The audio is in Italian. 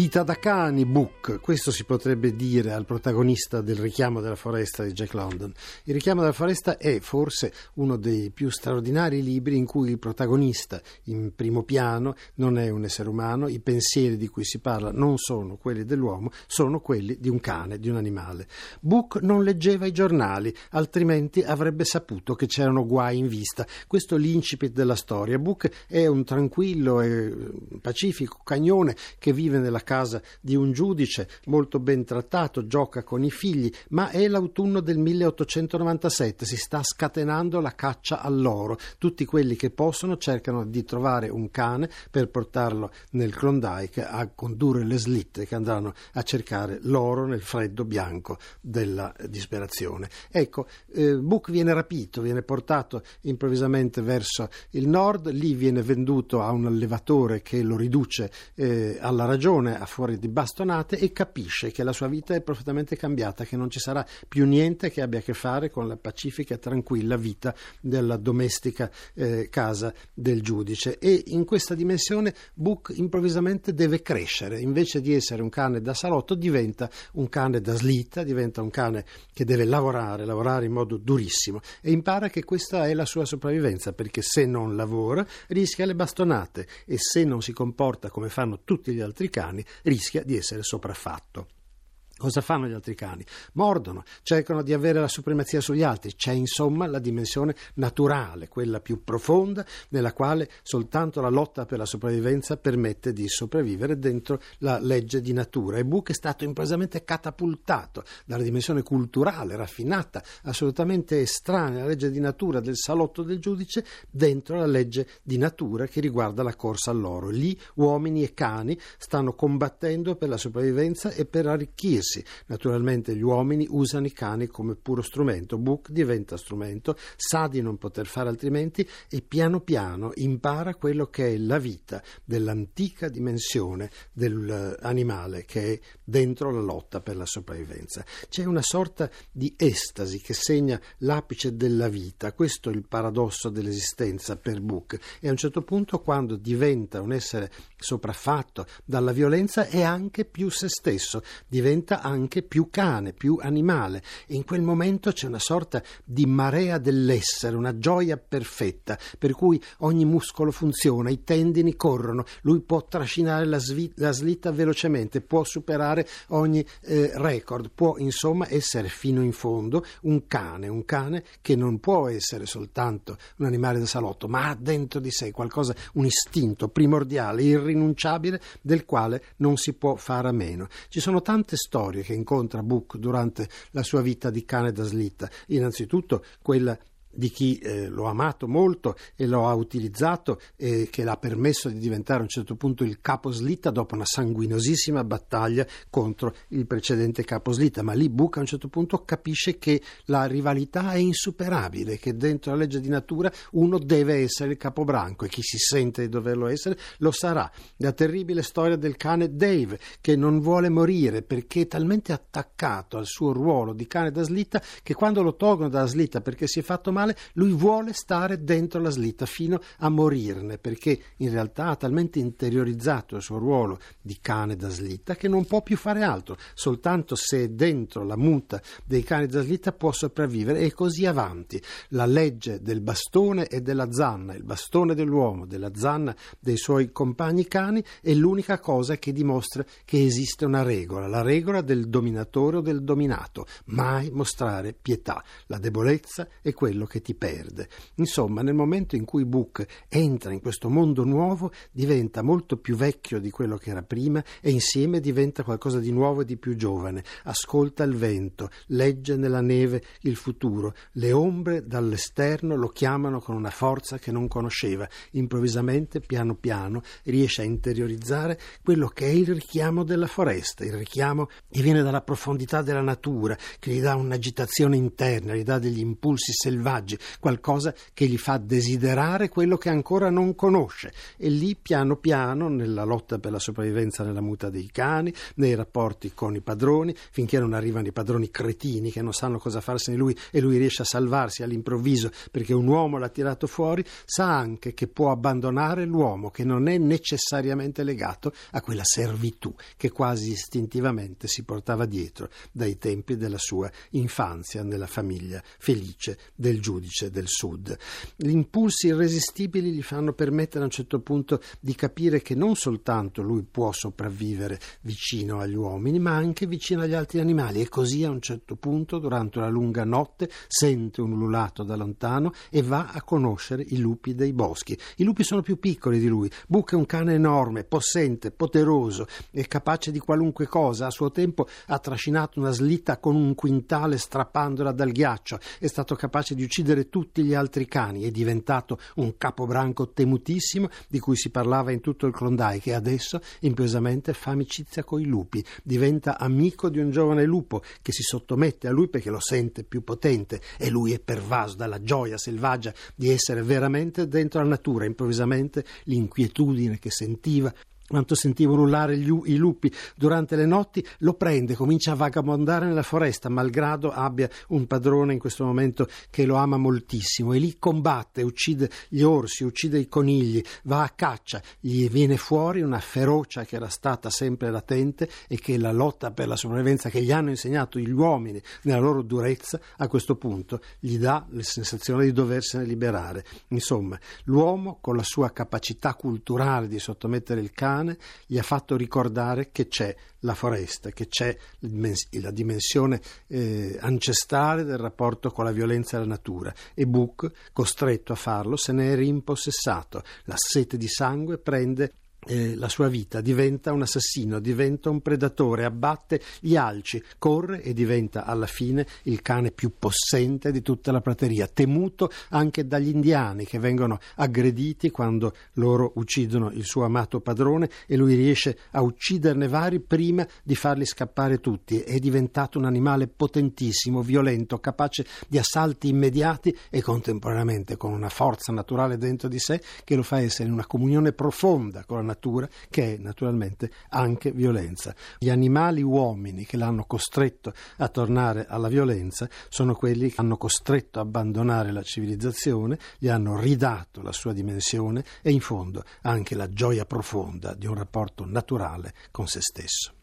Vita da cani, Book, questo si potrebbe dire al protagonista del Richiamo della foresta di Jack London. Il Richiamo della foresta è forse uno dei più straordinari libri in cui il protagonista in primo piano non è un essere umano, i pensieri di cui si parla non sono quelli dell'uomo, sono quelli di un cane, di un animale. Book non leggeva i giornali, altrimenti avrebbe saputo che c'erano guai in vista. Questo è l'incipit della storia. Book è un tranquillo e pacifico cagnone che vive nella casa di un giudice molto ben trattato, gioca con i figli, ma è l'autunno del 1897, si sta scatenando la caccia all'oro. Tutti quelli che possono cercano di trovare un cane per portarlo nel Klondike a condurre le slitte che andranno a cercare l'oro nel freddo bianco della disperazione. Ecco, Book viene rapito, viene portato improvvisamente verso il nord, lì viene venduto a un allevatore che lo riduce alla ragione, a fuori di bastonate, e capisce che la sua vita è profondamente cambiata, che non ci sarà più niente che abbia a che fare con la pacifica e tranquilla vita della domestica casa del giudice. E in questa dimensione Book improvvisamente deve crescere, invece di essere un cane da salotto diventa un cane da slitta, diventa un cane che deve lavorare in modo durissimo, e impara che questa è la sua sopravvivenza, perché se non lavora rischia le bastonate e se non si comporta come fanno tutti gli altri cani rischia di essere sopraffatto. Cosa fanno gli altri cani? Mordono, cercano di avere la supremazia sugli altri. C'è insomma la dimensione naturale, quella più profonda, nella quale soltanto la lotta per la sopravvivenza permette di sopravvivere dentro la legge di natura. E Book è stato improvvisamente catapultato dalla dimensione culturale, raffinata, assolutamente estranea alla legge di natura del salotto del giudice, dentro la legge di natura che riguarda la corsa all'oro. Lì uomini e cani stanno combattendo per la sopravvivenza e per arricchirsi. Naturalmente gli uomini usano i cani come puro strumento. Book diventa strumento, sa di non poter fare altrimenti e piano piano impara quello che è la vita dell'antica dimensione dell'animale che è dentro la lotta per la sopravvivenza. C'è una sorta di estasi che segna l'apice della vita. Questo è il paradosso dell'esistenza per Book, e a un certo punto, quando diventa un essere sopraffatto dalla violenza, è anche più se stesso, diventa anche più cane, più animale, e in quel momento c'è una sorta di marea dell'essere, una gioia perfetta, per cui ogni muscolo funziona, i tendini corrono, lui può trascinare la slitta velocemente, può superare ogni record, può insomma essere fino in fondo un cane che non può essere soltanto un animale da salotto, ma ha dentro di sé qualcosa, un istinto primordiale, irrinunciabile, del quale non si può fare a meno. Ci sono tante storie che incontra Book durante la sua vita di cane da slitta. Innanzitutto quella di chi lo ha amato molto e lo ha utilizzato e che l'ha permesso di diventare a un certo punto il caposlitta dopo una sanguinosissima battaglia contro il precedente caposlitta. Ma lì Book a un certo punto capisce che la rivalità è insuperabile, che dentro la legge di natura uno deve essere il capobranco, e chi si sente di doverlo essere lo sarà. La terribile storia del cane Dave, che non vuole morire perché è talmente attaccato al suo ruolo di cane da slitta che quando lo tolgono dalla slitta perché si è fatto male, lui vuole stare dentro la slitta fino a morirne, perché in realtà ha talmente interiorizzato il suo ruolo di cane da slitta che non può più fare altro. Soltanto se è dentro la muta dei cani da slitta può sopravvivere, e così avanti. La legge del bastone e della zanna, il bastone dell'uomo, della zanna dei suoi compagni cani, è l'unica cosa che dimostra che esiste una regola, la regola del dominatore o del dominato: mai mostrare pietà. La debolezza è quello che ti perde. Insomma, nel momento in cui Book entra in questo mondo nuovo, diventa molto più vecchio di quello che era prima, e insieme diventa qualcosa di nuovo e di più giovane. Ascolta il vento, legge nella neve il futuro, le ombre dall'esterno lo chiamano con una forza che non conosceva. Improvvisamente, piano piano, riesce a interiorizzare quello che è il richiamo della foresta, il richiamo che viene dalla profondità della natura, che gli dà un'agitazione interna, gli dà degli impulsi selvatici selvaggi, qualcosa che gli fa desiderare quello che ancora non conosce, e lì piano piano, nella lotta per la sopravvivenza nella muta dei cani, nei rapporti con i padroni, finché non arrivano i padroni cretini che non sanno cosa farsene di lui e lui riesce a salvarsi all'improvviso perché un uomo l'ha tirato fuori, sa anche che può abbandonare l'uomo, che non è necessariamente legato a quella servitù che quasi istintivamente si portava dietro dai tempi della sua infanzia nella famiglia felice del giudice del Sud. Gli impulsi irresistibili gli fanno permettere a un certo punto di capire che non soltanto lui può sopravvivere vicino agli uomini, ma anche vicino agli altri animali, e così a un certo punto, durante una lunga notte, sente un ululato da lontano e va a conoscere i lupi dei boschi. I lupi sono più piccoli di lui. Buck è un cane enorme, possente, poderoso, è capace di qualunque cosa. A suo tempo ha trascinato una slitta con un quintale strappandola dal ghiaccio, è stato capace di uccidere tutti gli altri cani, è diventato un capobranco temutissimo di cui si parlava in tutto il Klondike, e adesso impiosamente fa amicizia coi lupi, diventa amico di un giovane lupo che si sottomette a lui perché lo sente più potente, e lui è pervaso dalla gioia selvaggia di essere veramente dentro la natura. Improvvisamente l'inquietudine che sentiva quanto sentiva urlare i lupi durante le notti lo prende, comincia a vagabondare nella foresta, malgrado abbia un padrone in questo momento che lo ama moltissimo, e lì combatte, uccide gli orsi, uccide i conigli, va a caccia, gli viene fuori una ferocia che era stata sempre latente e che la lotta per la sopravvivenza che gli hanno insegnato gli uomini nella loro durezza a questo punto gli dà la sensazione di doversene liberare. Insomma, l'uomo, con la sua capacità culturale di sottomettere il cane, gli ha fatto ricordare che c'è la foresta, che c'è la dimensione ancestrale del rapporto con la violenza della natura, e Buck, costretto a farlo, se ne è rimpossessato. La sete di sangue prende la sua vita, diventa un assassino, diventa un predatore, abbatte gli alci, corre e diventa alla fine il cane più possente di tutta la prateria, temuto anche dagli indiani che vengono aggrediti quando loro uccidono il suo amato padrone, e lui riesce a ucciderne vari prima di farli scappare tutti. È diventato un animale potentissimo, violento, capace di assalti immediati e contemporaneamente con una forza naturale dentro di sé che lo fa essere in una comunione profonda con la natura, che è naturalmente anche violenza. Gli animali uomini che l'hanno costretto a tornare alla violenza sono quelli che hanno costretto a abbandonare la civilizzazione, gli hanno ridato la sua dimensione e in fondo anche la gioia profonda di un rapporto naturale con se stesso.